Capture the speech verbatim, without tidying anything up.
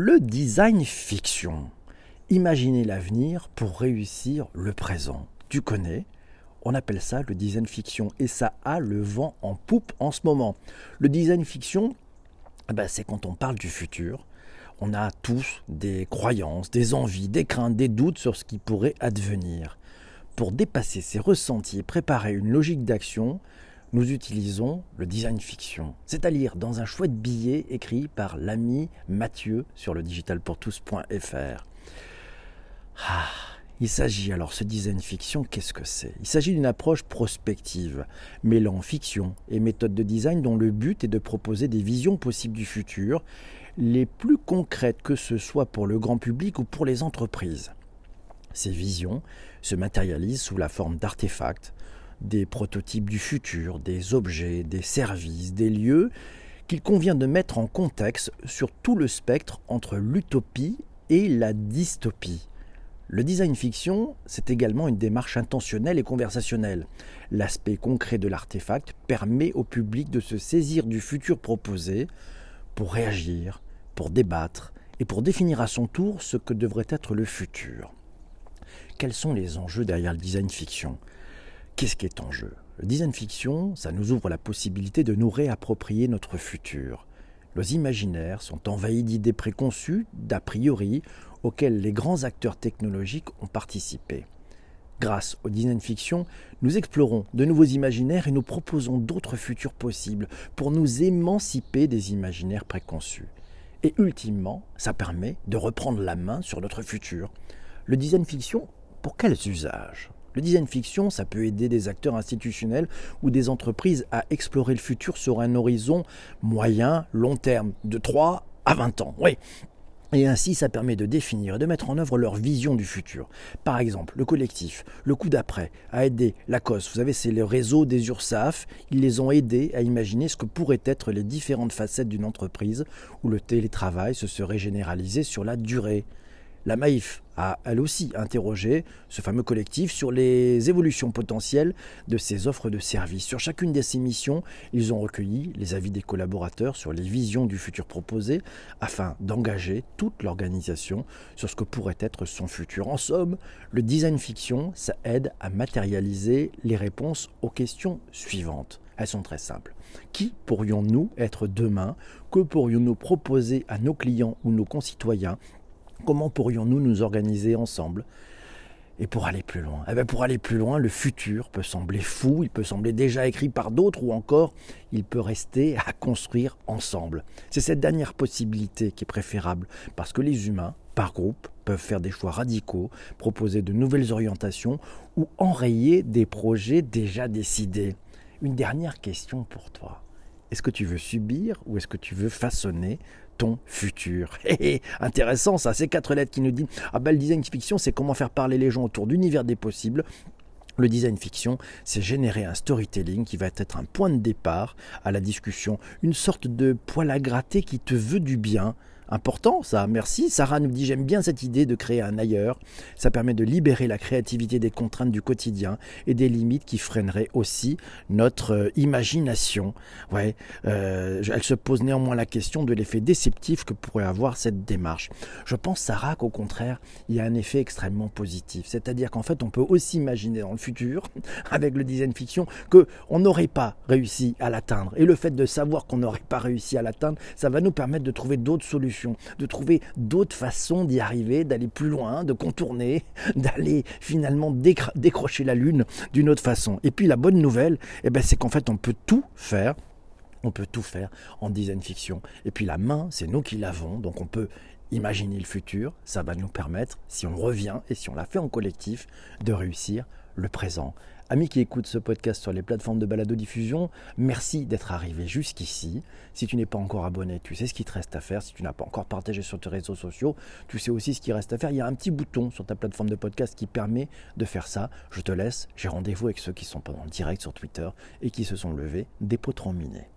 Le design fiction. Imaginer l'avenir pour réussir le présent. Tu connais ? On appelle ça le design fiction et ça a le vent en poupe en ce moment. Le design fiction, eh ben, c'est quand on parle du futur. On a tous des croyances, des envies, des craintes, des doutes sur ce qui pourrait advenir. Pour dépasser ces ressentis et préparer une logique d'action, nous utilisons le design fiction. C'est à lire dans un chouette billet écrit par l'ami Mathieu sur le digital pour tous point f r. Ah, il s'agit alors, ce design fiction, qu'est-ce que c'est ? Il s'agit d'une approche prospective, mêlant fiction et méthode de design dont le but est de proposer des visions possibles du futur, les plus concrètes que ce soit pour le grand public ou pour les entreprises. Ces visions se matérialisent sous la forme d'artefacts, des prototypes du futur, des objets, des services, des lieux qu'il convient de mettre en contexte sur tout le spectre entre l'utopie et la dystopie. Le design fiction, c'est également une démarche intentionnelle et conversationnelle. L'aspect concret de l'artefact permet au public de se saisir du futur proposé pour réagir, pour débattre et pour définir à son tour ce que devrait être le futur. Quels sont les enjeux derrière le design fiction ? Qu'est-ce qui est en jeu ? Le design fiction, ça nous ouvre la possibilité de nous réapproprier notre futur. Nos imaginaires sont envahis d'idées préconçues, d'a priori, auxquelles les grands acteurs technologiques ont participé. Grâce au design fiction, nous explorons de nouveaux imaginaires et nous proposons d'autres futurs possibles pour nous émanciper des imaginaires préconçus. Et ultimement, ça permet de reprendre la main sur notre futur. Le design fiction, pour quels usages ? Le design fiction, ça peut aider des acteurs institutionnels ou des entreprises à explorer le futur sur un horizon moyen, long terme, de trois à vingt ans. Oui. Et ainsi, ça permet de définir et de mettre en œuvre leur vision du futur. Par exemple, le collectif, le coup d'après, a aidé la C O S. Vous savez, c'est le réseau des URSAF. Ils les ont aidés à imaginer ce que pourraient être les différentes facettes d'une entreprise où le télétravail se serait généralisé sur la durée. La Maïf a, elle aussi, interrogé ce fameux collectif sur les évolutions potentielles de ces offres de services. Sur chacune de ces missions, ils ont recueilli les avis des collaborateurs sur les visions du futur proposé afin d'engager toute l'organisation sur ce que pourrait être son futur. En somme, le design fiction, ça aide à matérialiser les réponses aux questions suivantes. Elles sont très simples. Qui pourrions-nous être demain ? Que pourrions-nous proposer à nos clients ou nos concitoyens ? Comment pourrions-nous nous organiser ensemble ? Et pour aller plus loin, eh bien pour aller plus loin, le futur peut sembler fou, il peut sembler déjà écrit par d'autres ou encore il peut rester à construire ensemble. C'est cette dernière possibilité qui est préférable parce que les humains, par groupe, peuvent faire des choix radicaux, proposer de nouvelles orientations ou enrayer des projets déjà décidés. Une dernière question pour toi. Est-ce que tu veux subir ou est-ce que tu veux façonner ton futur ? Hé hé, intéressant ça, ces quatre lettres qui nous disent « Ah ben le design fiction, c'est comment faire parler les gens autour d'univers des possibles ». Le design fiction, c'est générer un storytelling qui va être un point de départ à la discussion, une sorte de poil à gratter qui te veut du bien. Important ça, merci. Sarah nous dit « J'aime bien cette idée de créer un ailleurs ». Ça permet de libérer la créativité des contraintes du quotidien et des limites qui freineraient aussi notre euh, imagination. Ouais, euh, elle se pose néanmoins la question de l'effet déceptif que pourrait avoir cette démarche. Je pense, Sarah, qu'au contraire, il y a un effet extrêmement positif. C'est-à-dire qu'en fait, on peut aussi imaginer dans le futur, avec le design fiction, qu'on n'aurait pas réussi à l'atteindre. Et le fait de savoir qu'on n'aurait pas réussi à l'atteindre, ça va nous permettre de trouver d'autres solutions, de trouver d'autres façons d'y arriver, d'aller plus loin, de contourner, d'aller finalement décro- décrocher la lune d'une autre façon. Et puis la bonne nouvelle, eh ben, c'est qu'en fait on peut tout faire, on peut tout faire en design fiction. Et puis la main, c'est nous qui l'avons, donc on peut imaginer le futur, ça va nous permettre, si on revient et si on l'a fait en collectif, de réussir le présent. Amis qui écoutent ce podcast sur les plateformes de balado-diffusion, merci d'être arrivé jusqu'ici. Si tu n'es pas encore abonné, tu sais ce qu'il te reste à faire. Si tu n'as pas encore partagé sur tes réseaux sociaux, tu sais aussi ce qu'il reste à faire. Il y a un petit bouton sur ta plateforme de podcast qui permet de faire ça. Je te laisse, j'ai rendez-vous avec ceux qui sont en direct sur Twitter et qui se sont levés des potrons minés.